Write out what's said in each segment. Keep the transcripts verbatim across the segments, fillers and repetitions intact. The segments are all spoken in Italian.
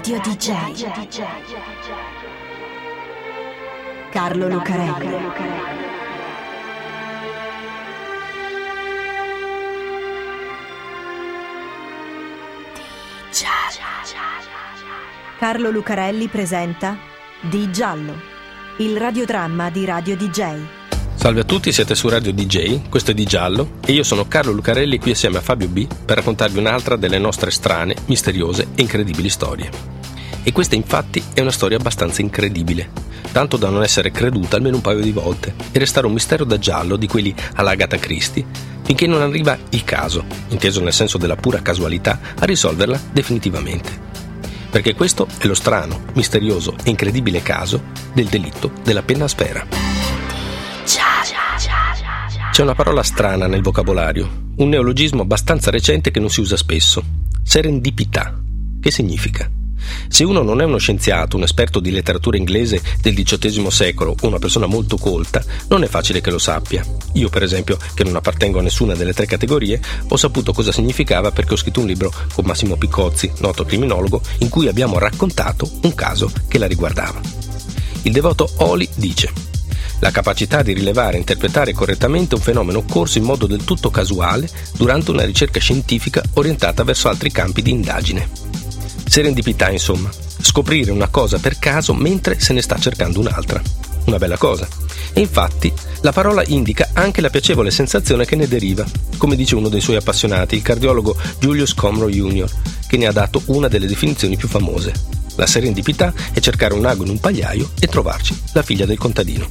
Radio D J Carlo Lucarelli. Carlo Lucarelli presenta Di Giallo, il radiodramma di Radio D J. Salve a tutti, siete su Radio D J, questo è Di Giallo e io sono Carlo Lucarelli qui assieme a Fabio B per raccontarvi un'altra delle nostre strane, misteriose e incredibili storie. E questa infatti è una storia abbastanza incredibile, tanto da non essere creduta almeno un paio di volte e restare un mistero da giallo di quelli alla Agatha Christie, finché non arriva il caso, inteso nel senso della pura casualità, a risolverla definitivamente. Perché questo è lo strano, misterioso e incredibile caso del delitto della penna a sfera. C'è una parola strana nel vocabolario, un neologismo abbastanza recente che non si usa spesso: serendipità. Che significa? Se uno non è uno scienziato, un esperto di letteratura inglese del diciottesimo secolo o una persona molto colta, non è facile che lo sappia. Io, per esempio, che non appartengo a nessuna delle tre categorie, ho saputo cosa significava perché ho scritto un libro con Massimo Piccozzi, noto criminologo, in cui abbiamo raccontato un caso che la riguardava. Il devoto Oli dice: la capacità di rilevare e interpretare correttamente un fenomeno occorso in modo del tutto casuale durante una ricerca scientifica orientata verso altri campi di indagine. Serendipità, insomma, scoprire una cosa per caso mentre se ne sta cercando un'altra. Una bella cosa. E infatti la parola indica anche la piacevole sensazione che ne deriva, come dice uno dei suoi appassionati, il cardiologo Julius Comro junior, che ne ha dato una delle definizioni più famose. La serendipità è cercare un ago in un pagliaio e trovarci la figlia del contadino.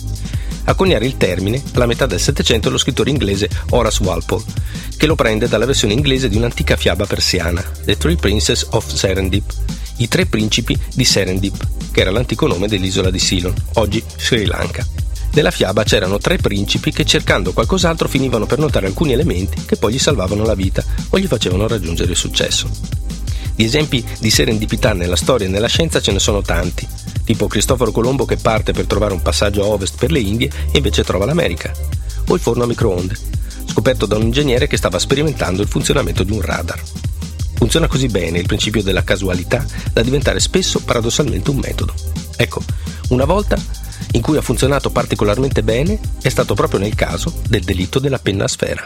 A coniare il termine, alla metà del Settecento, è lo scrittore inglese Horace Walpole, che lo prende dalla versione inglese di un'antica fiaba persiana, The Three Princes of Serendip, i tre principi di Serendip, che era l'antico nome dell'isola di Ceylon, oggi Sri Lanka. Nella fiaba c'erano tre principi che, cercando qualcos'altro, finivano per notare alcuni elementi che poi gli salvavano la vita o gli facevano raggiungere il successo. Di esempi di serendipità nella storia e nella scienza ce ne sono tanti, tipo Cristoforo Colombo che parte per trovare un passaggio a ovest per le Indie e invece trova l'America, o il forno a microonde, scoperto da un ingegnere che stava sperimentando il funzionamento di un radar. Funziona così bene il principio della casualità da diventare spesso paradossalmente un metodo. Ecco, una volta in cui ha funzionato particolarmente bene è stato proprio nel caso del delitto della penna a sfera.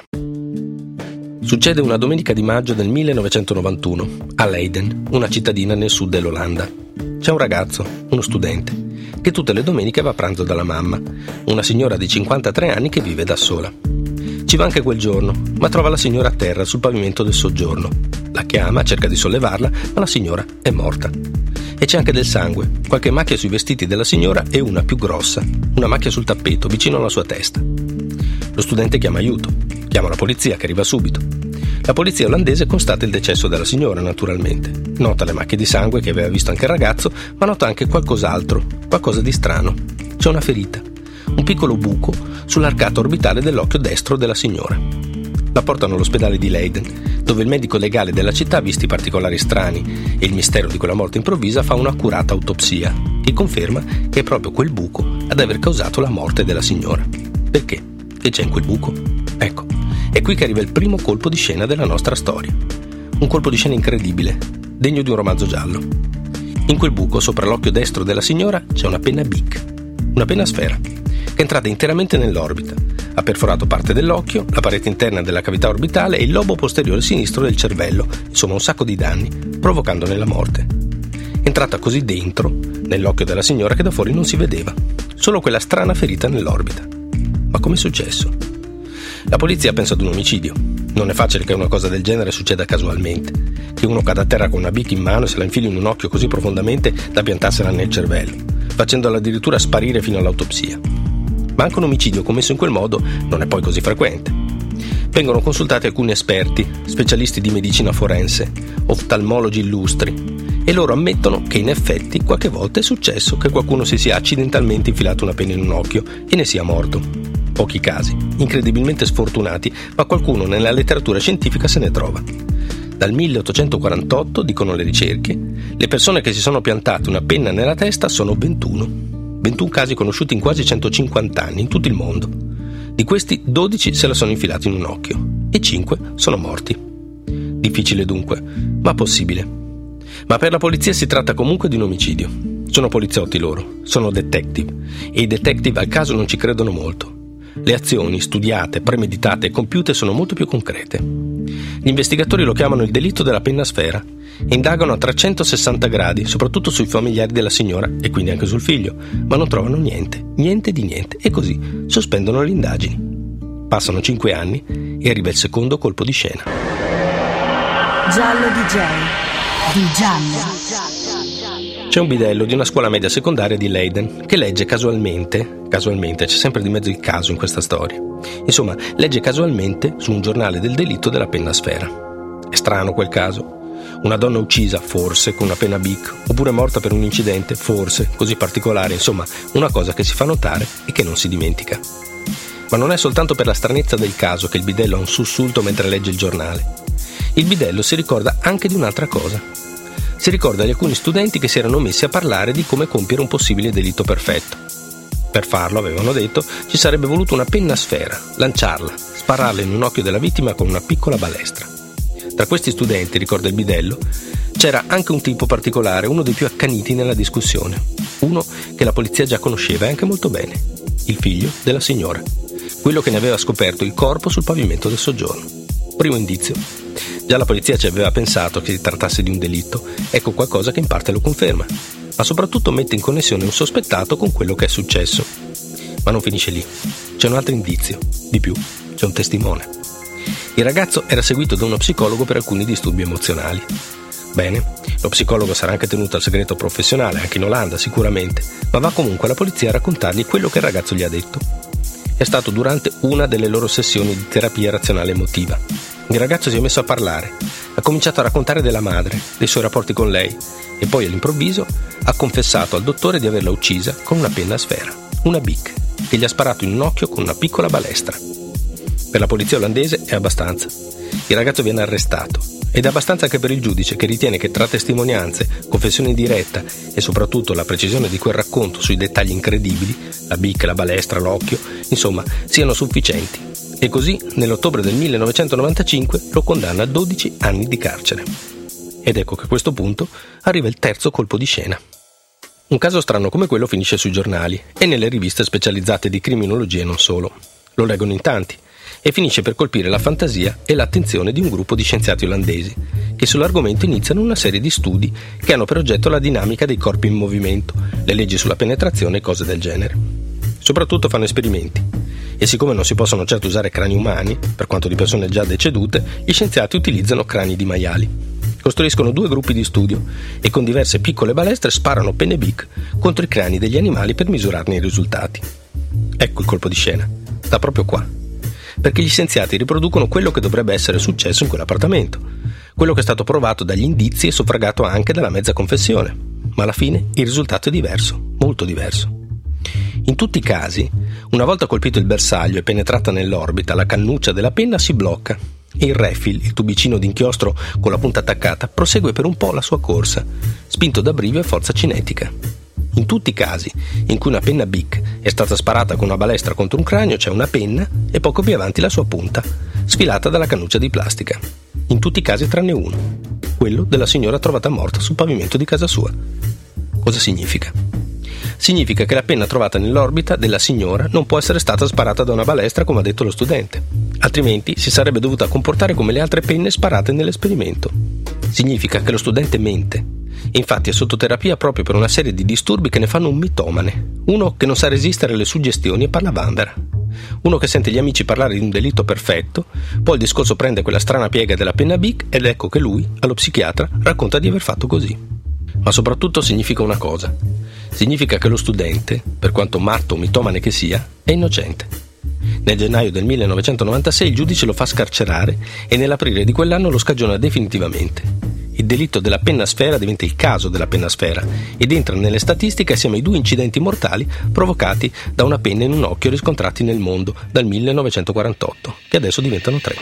Succede una domenica di maggio del millenovecentonovantuno a Leiden, una cittadina nel sud dell'Olanda. C'è un ragazzo, uno studente, che tutte le domeniche va a pranzo dalla mamma, una signora di cinquantatré anni che vive da sola. Ci va anche quel giorno, ma trova la signora a terra sul pavimento del soggiorno. La chiama, cerca di sollevarla, ma la signora è morta. E c'è anche del sangue, qualche macchia sui vestiti della signora e una più grossa, una macchia sul tappeto, vicino alla sua testa. Lo studente chiama aiuto, chiama la polizia che arriva subito. La polizia olandese constata il decesso della signora, naturalmente. Nota le macchie di sangue che aveva visto anche il ragazzo, ma nota anche qualcos'altro, qualcosa di strano. C'è una ferita, un piccolo buco sull'arcata orbitale dell'occhio destro della signora. La portano all'ospedale di Leiden, dove il medico legale della città, visti i particolari strani e il mistero di quella morte improvvisa, fa un'accurata autopsia che conferma che è proprio quel buco ad aver causato la morte della signora. Perché? Che c'è in quel buco? Ecco, è qui che arriva il primo colpo di scena della nostra storia. Un colpo di scena incredibile, degno di un romanzo giallo. In quel buco, sopra l'occhio destro della signora, c'è una penna Bic, una penna a sfera, che è entrata interamente nell'orbita. Ha perforato parte dell'occhio, la parete interna della cavità orbitale e il lobo posteriore sinistro del cervello, insomma un sacco di danni, provocandone la morte. È entrata così dentro, nell'occhio della signora, che da fuori non si vedeva, solo quella strana ferita nell'orbita. Ma com'è successo? La polizia pensa ad un omicidio. Non è facile che una cosa del genere succeda casualmente, che uno cada a terra con una bic in mano e se la infili in un occhio così profondamente da piantarsela nel cervello, facendola addirittura sparire fino all'autopsia. Ma anche un omicidio commesso in quel modo non è poi così frequente. Vengono consultati alcuni esperti, specialisti di medicina forense, oftalmologi illustri, e loro ammettono che in effetti qualche volta è successo che qualcuno si sia accidentalmente infilato una penna in un occhio e ne sia morto. Pochi casi, incredibilmente sfortunati, ma qualcuno nella letteratura scientifica se ne trova. Dal milleottocentoquarantotto, dicono le ricerche, le persone che si sono piantate una penna nella testa sono ventuno. ventuno casi conosciuti in quasi centocinquanta anni, in tutto il mondo. Di questi, dodici se la sono infilati in un occhio e cinque sono morti. Difficile dunque, ma possibile. Ma per la polizia si tratta comunque di un omicidio. Sono poliziotti loro, sono detective, e i detective al caso non ci credono molto. Le azioni studiate, premeditate e compiute sono molto più concrete. Gli investigatori lo chiamano il delitto della penna a sfera e indagano a trecentosessanta gradi, soprattutto sui familiari della signora e quindi anche sul figlio, ma non trovano niente, niente di niente, e così sospendono le indagini. Passano cinque anni e arriva il secondo colpo di scena. Giallo D J di Giallo. C'è un bidello di una scuola media secondaria di Leiden che legge casualmente, casualmente, c'è sempre di mezzo il caso in questa storia. Insomma, legge casualmente su un giornale del delitto della penna a sfera. È strano quel caso. Una donna uccisa, forse, con una penna Bic, oppure morta per un incidente, forse, così particolare, insomma, una cosa che si fa notare e che non si dimentica. Ma non è soltanto per la stranezza del caso che il bidello ha un sussulto mentre legge il giornale. Il bidello si ricorda anche di un'altra cosa. Si ricorda di alcuni studenti che si erano messi a parlare di come compiere un possibile delitto perfetto. Per farlo, avevano detto, ci sarebbe voluto una penna a sfera, lanciarla, spararla in un occhio della vittima con una piccola balestra. Tra questi studenti, ricorda il bidello, c'era anche un tipo particolare, uno dei più accaniti nella discussione. Uno che la polizia già conosceva e anche molto bene. Il figlio della signora. Quello che ne aveva scoperto il corpo sul pavimento del soggiorno. Primo indizio. Già la polizia ci aveva pensato che si trattasse di un delitto, ecco qualcosa che in parte lo conferma, ma soprattutto mette in connessione un sospettato con quello che è successo. Ma non finisce lì, c'è un altro indizio, di più, c'è un testimone. Il ragazzo era seguito da uno psicologo per alcuni disturbi emozionali. Bene, lo psicologo sarà anche tenuto al segreto professionale, anche in Olanda sicuramente, ma va comunque alla polizia a raccontargli quello che il ragazzo gli ha detto. È stato durante una delle loro sessioni di terapia razionale emotiva. Il ragazzo si è messo a parlare, ha cominciato a raccontare della madre, dei suoi rapporti con lei e poi all'improvviso ha confessato al dottore di averla uccisa con una penna a sfera, una Bic, che gli ha sparato in un occhio con una piccola balestra. Per la polizia olandese è abbastanza. Il ragazzo viene arrestato ed è abbastanza anche per il giudice, che ritiene che tra testimonianze, confessione diretta e soprattutto la precisione di quel racconto sui dettagli incredibili, la Bic, la balestra, l'occhio, insomma, siano sufficienti. E così, nell'ottobre del millenovecentonovantacinque, lo condanna a dodici anni di carcere. Ed ecco che a questo punto arriva il terzo colpo di scena. Un caso strano come quello finisce sui giornali e nelle riviste specializzate di criminologia e non solo. Lo leggono in tanti e finisce per colpire la fantasia e l'attenzione di un gruppo di scienziati olandesi che sull'argomento iniziano una serie di studi che hanno per oggetto la dinamica dei corpi in movimento, le leggi sulla penetrazione e cose del genere. Soprattutto fanno esperimenti. E siccome non si possono certo usare crani umani, per quanto di persone già decedute, gli scienziati utilizzano crani di maiali. Costruiscono due gruppi di studio e con diverse piccole balestre sparano penne Bic contro i crani degli animali per misurarne i risultati. Ecco il colpo di scena. Sta proprio qua. Perché gli scienziati riproducono quello che dovrebbe essere successo in quell'appartamento. Quello che è stato provato dagli indizi e suffragato anche dalla mezza confessione. Ma alla fine il risultato è diverso, molto diverso. In tutti i casi, una volta colpito il bersaglio e penetrata nell'orbita, la cannuccia della penna si blocca e il refill, il tubicino d'inchiostro con la punta attaccata, prosegue per un po' la sua corsa, spinto da brivio e forza cinetica. In tutti i casi in cui una penna Bic è stata sparata con una balestra contro un cranio, c'è una penna e poco più avanti la sua punta, sfilata dalla cannuccia di plastica. In tutti i casi tranne uno, quello della signora trovata morta sul pavimento di casa sua. Cosa significa? Significa che la penna trovata nell'orbita della signora non può essere stata sparata da una balestra come ha detto lo studente, altrimenti si sarebbe dovuta comportare come le altre penne sparate nell'esperimento. Significa che lo studente mente. Infatti è sotto terapia proprio per una serie di disturbi che ne fanno un mitomane, uno che non sa resistere alle suggestioni e parla vanvera, uno che sente gli amici parlare di un delitto perfetto, poi il discorso prende quella strana piega della penna Bic ed ecco che lui, allo psichiatra, racconta di aver fatto così. Ma soprattutto significa una cosa. Significa che lo studente, per quanto matto o mitomane che sia, è innocente. Nel gennaio del millenovecentonovantasei il giudice lo fa scarcerare e nell'aprile di quell'anno lo scagiona definitivamente. Il delitto della penna a sfera diventa il caso della penna a sfera ed entra nelle statistiche assieme ai due incidenti mortali provocati da una penna in un occhio riscontrati nel mondo dal millenovecentoquarantotto, che adesso diventano tre.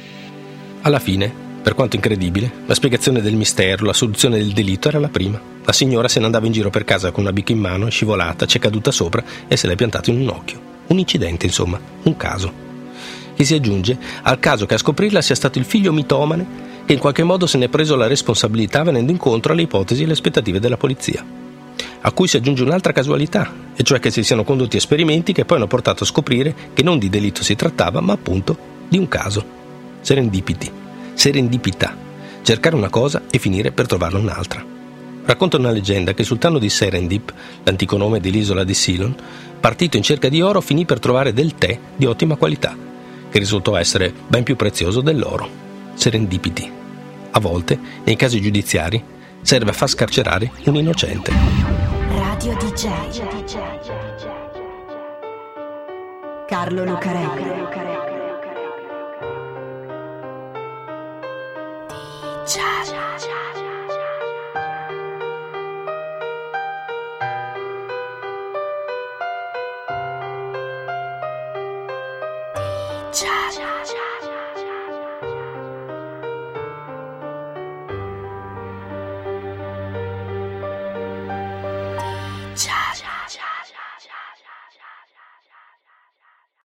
Alla fine, per quanto incredibile, la spiegazione del mistero, la soluzione del delitto era la prima. La signora se ne andava in giro per casa con una Bic in mano, è scivolata, c'è caduta sopra e se l'è piantato in un occhio. Un incidente, insomma, un caso. E si aggiunge al caso che a scoprirla sia stato il figlio mitomane che in qualche modo se ne è preso la responsabilità venendo incontro alle ipotesi e alle aspettative della polizia. A cui si aggiunge un'altra casualità, e cioè che si siano condotti esperimenti che poi hanno portato a scoprire che non di delitto si trattava, ma appunto di un caso. Serendipiti, serendipità, cercare una cosa e finire per trovarne un'altra. Racconta una leggenda che il sultano di Serendip, l'antico nome dell'isola di Ceylon, partito in cerca di oro, finì per trovare del tè di ottima qualità, che risultò essere ben più prezioso dell'oro. Serendipiti. A volte, nei casi giudiziari, serve a far scarcerare un innocente. Radio D J Carlo Lucarelli.